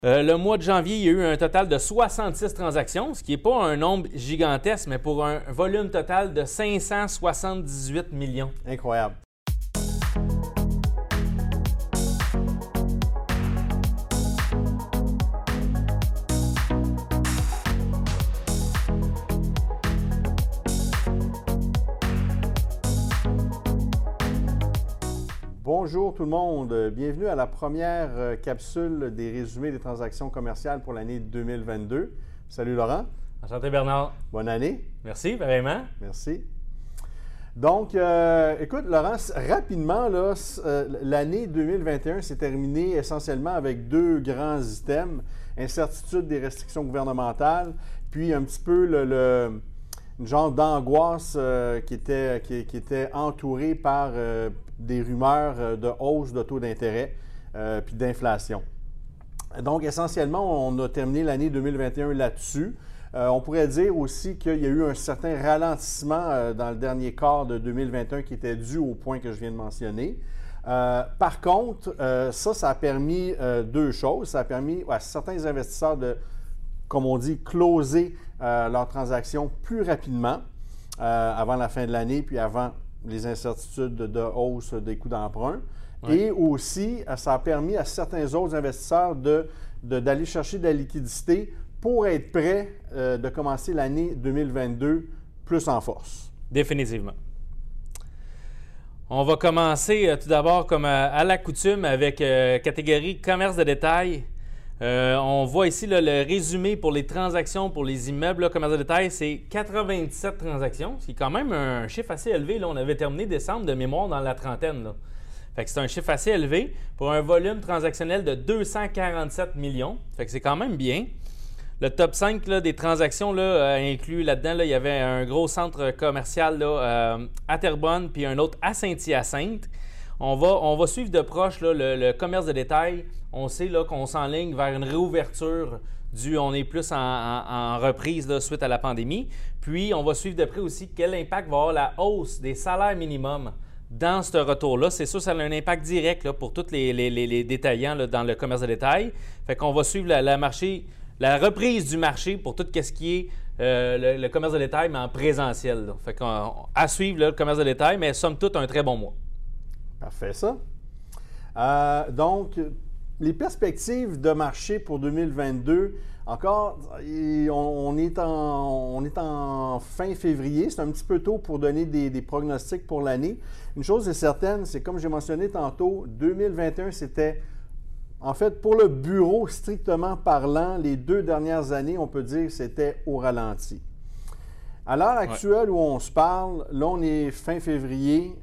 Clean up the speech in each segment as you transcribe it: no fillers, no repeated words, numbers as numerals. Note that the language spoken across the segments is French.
Le mois de janvier, il y a eu un total de 66 transactions, ce qui n'est pas un nombre gigantesque, mais pour un volume total de 578 millions. Incroyable. Bonjour tout le monde, bienvenue à la première capsule des résumés des transactions commerciales pour l'année 2022. Salut Laurent. Enchanté Bernard. Bonne année. Merci, vraiment. Merci. Donc, écoute Laurent, rapidement, l'année 2021 s'est terminée essentiellement avec deux grands items. Incertitude des restrictions gouvernementales, puis un petit peu une genre d'angoisse qui était entourée par des rumeurs de hausse de taux d'intérêt puis d'inflation. Donc, essentiellement, on a terminé l'année 2021 là-dessus. On pourrait dire aussi qu'il y a eu un certain ralentissement dans le dernier quart de 2021 qui était dû au point que je viens de mentionner. Par contre, ça a permis deux choses. Ça a permis à certains investisseurs de, comme on dit, closer leurs transactions plus rapidement avant la fin de l'année, puis avant les incertitudes de hausse des coûts d'emprunt. Ouais. Et aussi, ça a permis à certains autres investisseurs d'aller chercher de la liquidité pour être prêts de commencer l'année 2022 plus en force. Définitivement. On va commencer tout d'abord, comme à la coutume, avec catégorie commerce de détail. On voit ici là, le résumé pour les transactions pour les immeubles. Là, commerce de détail, c'est 97 transactions, ce qui est quand même un chiffre assez élevé. Là. On avait terminé décembre de mémoire dans la trentaine. Là. Fait que c'est un chiffre assez élevé pour un volume transactionnel de 247 millions. Fait que c'est quand même bien. Le top 5 là, des transactions là, inclut là-dedans, là, il y avait un gros centre commercial là, à Terrebonne puis un autre à Saint-Hyacinthe. On va suivre de proche là, le commerce de détail. On sait là, qu'on s'enligne vers une réouverture on est plus en reprise là, suite à la pandémie. Puis, on va suivre de près aussi quel impact va avoir la hausse des salaires minimums dans ce retour-là. C'est sûr, ça a un impact direct là, pour tous les détaillants là, dans le commerce de détail. Fait qu'on va suivre la reprise du marché pour tout ce qui est le commerce de détail, mais en présentiel. Là. Fait à suivre là, le commerce de détail, mais somme toute, un très bon mois. Parfait, ça. Donc, les perspectives de marché pour 2022, encore, on est en fin février. C'est un petit peu tôt pour donner des pronostics pour l'année. Une chose est certaine, c'est comme j'ai mentionné tantôt, 2021, c'était, en fait, pour le bureau, strictement parlant, les deux dernières années, on peut dire que c'était au ralenti. À l'heure actuelle où on se parle, là, on est fin février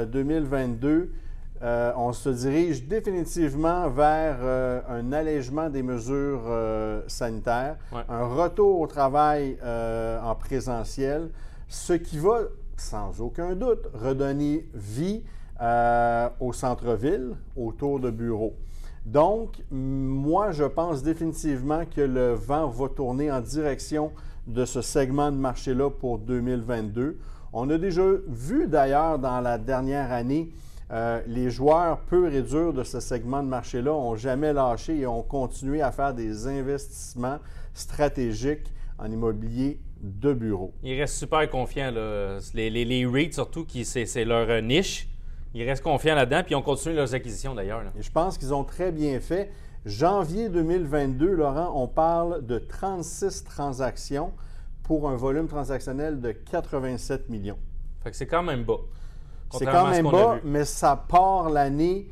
2022. On se dirige définitivement vers un allègement des mesures sanitaires, un retour au travail en présentiel, ce qui va, sans aucun doute, redonner vie au centre-ville, autour de bureaux. Donc, moi, je pense définitivement que le vent va tourner en direction de ce segment de marché-là pour 2022. On a déjà vu d'ailleurs dans la dernière année, les joueurs purs et durs de ce segment de marché-là n'ont jamais lâché et ont continué à faire des investissements stratégiques en immobilier de bureau. Ils restent super confiants. Là. Les REIT, surtout, c'est leur niche. Ils restent confiants là-dedans, puis ils ont continué leurs acquisitions d'ailleurs. Là. Et je pense qu'ils ont très bien fait. Janvier 2022, Laurent, on parle de 36 transactions pour un volume transactionnel de 87 millions. Fait que c'est quand même bas. C'est quand même bas, mais ça part l'année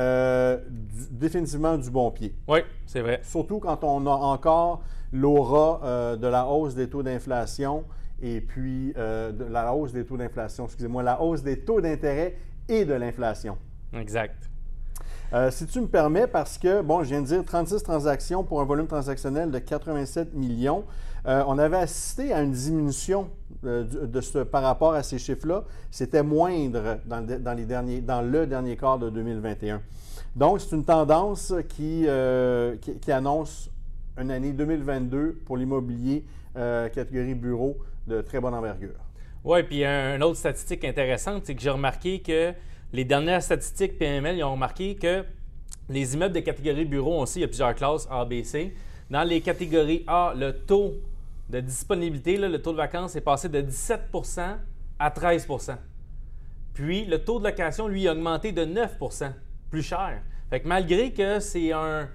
définitivement du bon pied. Oui, c'est vrai. Surtout quand on a encore l'aura de la hausse des taux d'inflation et puis la hausse des taux d'inflation, excusez-moi, la hausse des taux d'intérêt et de l'inflation. Exact. Si tu me permets, parce que, bon, je viens de dire 36 transactions pour un volume transactionnel de 87 millions, on avait assisté à une diminution par rapport à ces chiffres-là. C'était moindre dans le dernier quart de 2021. Donc, c'est une tendance qui annonce une année 2022 pour l'immobilier catégorie bureau de très bonne envergure. Oui, puis une autre statistique intéressante, c'est que j'ai remarqué que les dernières statistiques PML, ils ont remarqué que Les immeubles de catégorie bureau aussi, il y a plusieurs classes A, B, C. Dans les catégories A, le taux de disponibilité, là, le taux de vacances est passé de 17 à 13 % Puis, le taux de location, lui, a augmenté de 9 plus cher. Fait que malgré que c'est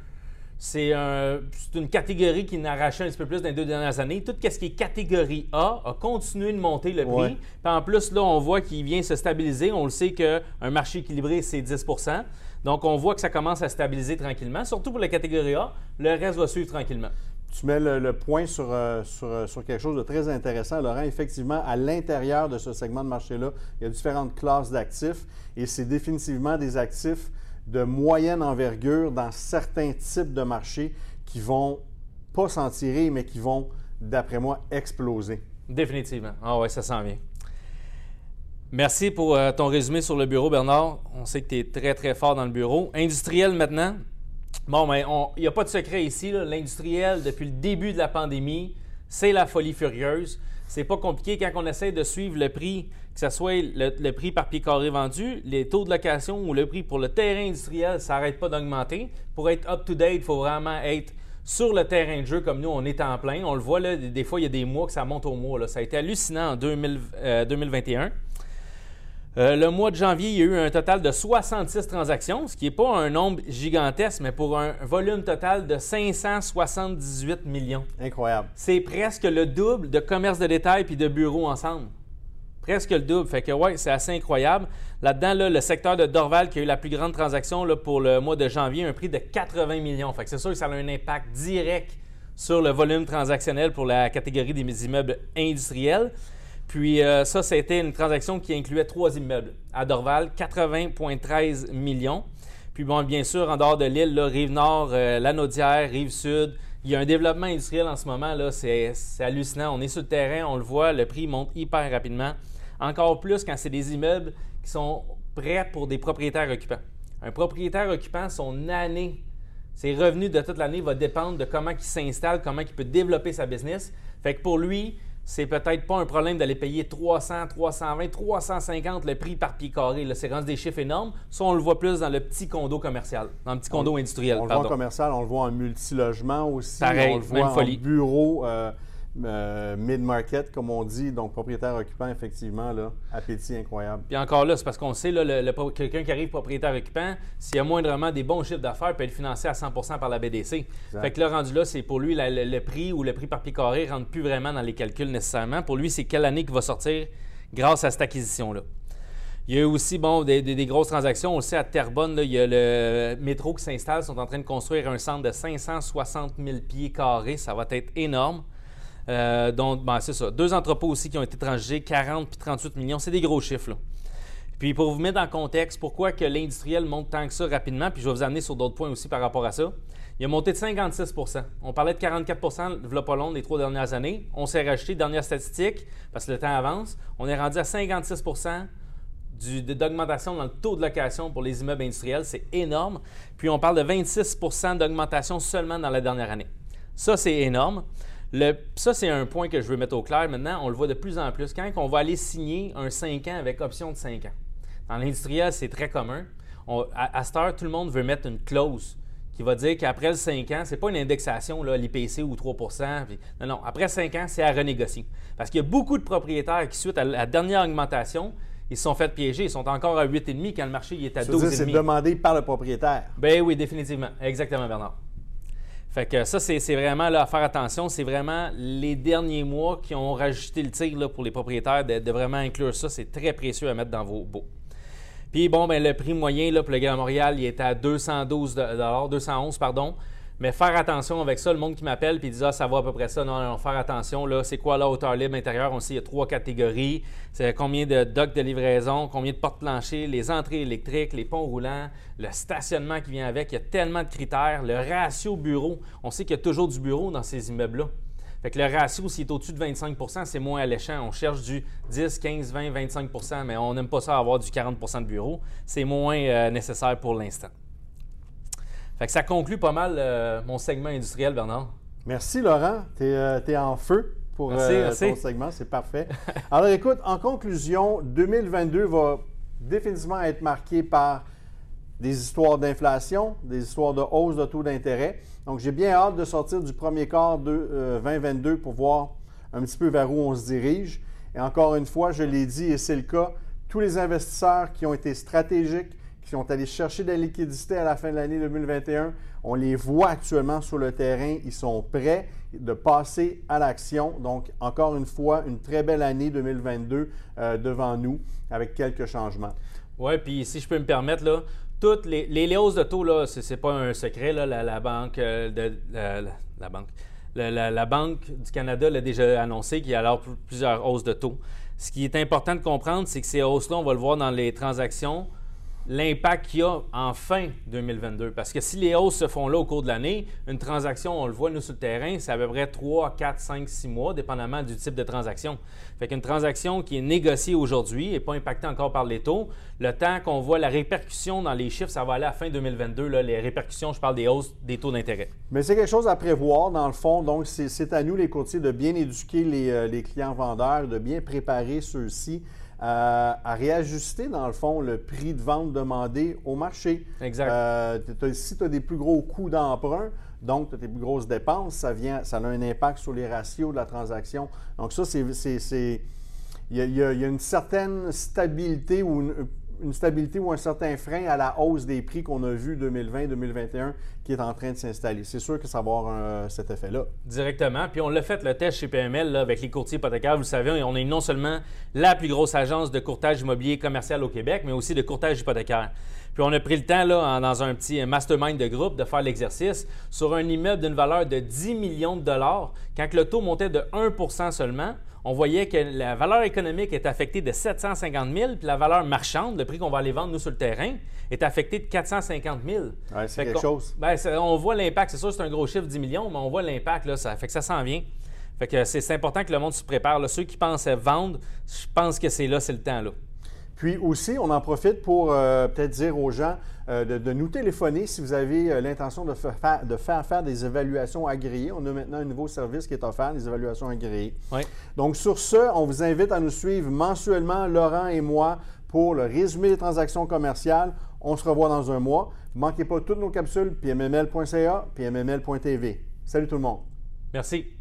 une catégorie qui n'arrachait un petit peu plus dans les 2 dernières années, tout ce qui est catégorie A continué de monter le prix. Ouais. Puis en plus, là, on voit qu'il vient se stabiliser. On le sait qu'un marché équilibré, c'est 10 Donc, on voit que ça commence à stabiliser tranquillement. Surtout pour la catégorie A, le reste va suivre tranquillement. Tu mets le point sur quelque chose de très intéressant, Laurent. Effectivement, à l'intérieur de ce segment de marché-là, il y a différentes classes d'actifs et c'est définitivement des actifs de moyenne envergure dans certains types de marchés qui vont pas s'en tirer, mais qui vont, d'après moi, exploser. Définitivement. Ah ouais, ça s'en vient. Merci pour ton résumé sur le bureau, Bernard. On sait que tu es très, très fort dans le bureau. Industriel maintenant. Bon, mais il n'y a pas de secret ici. L'industriel, depuis le début de la pandémie, c'est la folie furieuse. C'est pas compliqué quand on essaie de suivre le prix, que ce soit le prix par pied carré vendu, les taux de location ou le prix pour le terrain industriel, ça n'arrête pas d'augmenter. Pour être up-to-date, il faut vraiment être sur le terrain de jeu comme nous, on est en plein. On le voit, là, des fois, il y a des mois que ça monte au mois. Là. Ça a été hallucinant en 2021. Le mois de janvier, il y a eu un total de 66 transactions, ce qui n'est pas un nombre gigantesque, mais pour un volume total de 578 millions. Incroyable. C'est presque le double de commerce de détail puis de bureaux ensemble. Presque le double. Fait que ouais, c'est assez incroyable. Là-dedans, là, le secteur de Dorval qui a eu la plus grande transaction là, pour le mois de janvier, un prix de 80 millions. Fait que c'est sûr que ça a un impact direct sur le volume transactionnel pour la catégorie des immeubles industriels. Puis ça a été une transaction qui incluait 3 immeubles. À Dorval, 80,13 millions. Puis bon, bien sûr, en dehors de l'île, là, Rive-Nord, Lanaudière, Rive-Sud, il y a un développement industriel en ce moment, là, c'est hallucinant. On est sur le terrain, on le voit, le prix monte hyper rapidement. Encore plus quand c'est des immeubles qui sont prêts pour des propriétaires occupants. Un propriétaire occupant, son année, ses revenus de toute l'année va dépendre de comment il s'installe, comment il peut développer sa business. Fait que pour lui, c'est peut-être pas un problème d'aller payer 300, 320, 350 le prix par pied carré. Là, c'est rendu des chiffres énormes. Ça, on le voit plus dans le petit condo commercial, dans le petit condo industriel. On le voit en commercial, on le voit en multilogement aussi. Pareil, on le voit même en folie. bureau mid-market, comme on dit. Donc, propriétaire occupant, effectivement, là, appétit incroyable. Puis encore là, c'est parce qu'on sait, là, quelqu'un qui arrive propriétaire occupant, s'il y a moindrement des bons chiffres d'affaires, peut être financé à 100 % par la BDC. Exact. Fait que là, rendu là, c'est pour lui, le prix ou le prix par pied carré ne rentre plus vraiment dans les calculs nécessairement. Pour lui, c'est quelle année qui va sortir grâce à cette acquisition-là. Il y a aussi des grosses transactions. On le sait, à Terrebonne, là, il y a le métro qui s'installe. Ils sont en train de construire un centre de 560 000 pieds carrés. Ça va être énorme. Donc, c'est ça. 2 entrepôts aussi qui ont été transigés, 40 puis 38 millions. C'est des gros chiffres, là. Puis, pour vous mettre en contexte, pourquoi que l'industriel monte tant que ça rapidement, puis je vais vous amener sur d'autres points aussi par rapport à ça. Il a monté de 56 %. On parlait de 44 % de pas long les 3 dernières années. On s'est rajouté, dernière statistique, parce que le temps avance, on est rendu à 56 % d'augmentation dans le taux de location pour les immeubles industriels. C'est énorme. Puis, on parle de 26 % d'augmentation seulement dans la dernière année. Ça, c'est énorme. Ça, c'est un point que je veux mettre au clair maintenant. On le voit de plus en plus. Quand on va aller signer un 5 ans avec option de 5 ans, dans l'industriel, c'est très commun. À cette heure, tout le monde veut mettre une clause qui va dire qu'après le 5 ans, ce n'est pas une indexation, là, l'IPC ou 3 %. Puis, non. Après 5 ans, c'est à renégocier. Parce qu'il y a beaucoup de propriétaires qui, suite à la dernière augmentation, ils se sont fait piéger. Ils sont encore à 8,5 quand le marché il est à 12,5. C'est demandé par le propriétaire. Ben oui, définitivement. Exactement, Bernard. Fait que ça, c'est vraiment là, à faire attention. C'est vraiment les derniers mois qui ont rajouté le tir là, pour les propriétaires de vraiment inclure ça. C'est très précieux à mettre dans vos baux. Puis bon, le prix moyen là, pour le Grand Montréal, il est à 211 pardon. Mais faire attention avec ça, le monde qui m'appelle et dit « Ah, ça va à peu près ça. » Non, faire attention. Là, c'est quoi la hauteur libre intérieure? On sait qu'il y a 3 catégories. C'est combien de docks de livraison, combien de portes planchers, les entrées électriques, les ponts roulants, le stationnement qui vient avec. Il y a tellement de critères. Le ratio bureau. On sait qu'il y a toujours du bureau dans ces immeubles-là. Fait que le ratio, s'il est au-dessus de 25 %, c'est moins alléchant. On cherche du 10, 15, 20, 25 %, mais on n'aime pas ça avoir du 40 % de bureau. C'est moins nécessaire pour l'instant. Fait que ça conclut pas mal mon segment industriel, Bernard. Merci, Laurent. Tu es en feu pour ton segment. C'est parfait. Alors, écoute, en conclusion, 2022 va définitivement être marqué par des histoires d'inflation, des histoires de hausse de taux d'intérêt. Donc, j'ai bien hâte de sortir du premier quart de 2022 pour voir un petit peu vers où on se dirige. Et encore une fois, je l'ai dit et c'est le cas, tous les investisseurs qui ont été stratégiques, qui sont allés chercher de la liquidité à la fin de l'année 2021, on les voit actuellement sur le terrain. Ils sont prêts de passer à l'action. Donc, encore une fois, une très belle année 2022 devant nous avec quelques changements. Oui, puis si je peux me permettre, là, toutes les hausses de taux, là, c'est pas un secret, là, la Banque la Banque du Canada l'a déjà annoncé qu'il y a alors plusieurs hausses de taux. Ce qui est important de comprendre, c'est que ces hausses-là, on va le voir dans les transactions, l'impact qu'il y a en fin 2022. Parce que si les hausses se font là au cours de l'année, une transaction, on le voit nous sur le terrain, c'est à peu près 3, 4, 5, 6 mois, dépendamment du type de transaction. Fait qu'une transaction qui est négociée aujourd'hui et pas impactée encore par les taux, le temps qu'on voit la répercussion dans les chiffres, ça va aller à fin 2022. Là, les répercussions, je parle des hausses des taux d'intérêt. Mais c'est quelque chose à prévoir dans le fond. Donc, c'est à nous, les courtiers, de bien éduquer les clients vendeurs, de bien préparer ceux-ci à réajuster, dans le fond, le prix de vente demandé au marché. Exact. Si tu as des plus gros coûts d'emprunt, donc tu as des plus grosses dépenses, ça a un impact sur les ratios de la transaction. Donc ça, il y a une certaine stabilité ou une stabilité ou un certain frein à la hausse des prix qu'on a vu 2020-2021 qui est en train de s'installer. C'est sûr que ça va avoir cet effet-là. Directement. Puis on l'a fait le test chez PML là, avec les courtiers hypothécaires. Vous le savez, on est non seulement la plus grosse agence de courtage immobilier commercial au Québec, mais aussi de courtage hypothécaire. Puis on a pris le temps, là, dans un petit mastermind de groupe, de faire l'exercice sur un immeuble d'une valeur de 10 millions de dollars. Quand le taux montait de 1 % seulement, on voyait que la valeur économique est affectée de 750 000, puis la valeur marchande, le prix qu'on va aller vendre nous sur le terrain, est affecté de 450 000. Ouais, c'est quelque chose. Bien, on voit l'impact. C'est sûr, c'est un gros chiffre, 10 millions, mais on voit l'impact. Là, ça fait que ça s'en vient. Fait que c'est important que le monde se prépare. Là. Ceux qui pensaient vendre, je pense que c'est le temps. Là. Puis aussi, on en profite pour peut-être dire aux gens de nous téléphoner si vous avez l'intention de faire des évaluations agréées. On a maintenant un nouveau service qui est offert, les évaluations agréées. Oui. Donc sur ce, on vous invite à nous suivre mensuellement, Laurent et moi, pour le résumé des transactions commerciales. On se revoit dans un mois. Ne manquez pas toutes nos capsules, pmml.ca, pmml.tv. Salut tout le monde. Merci.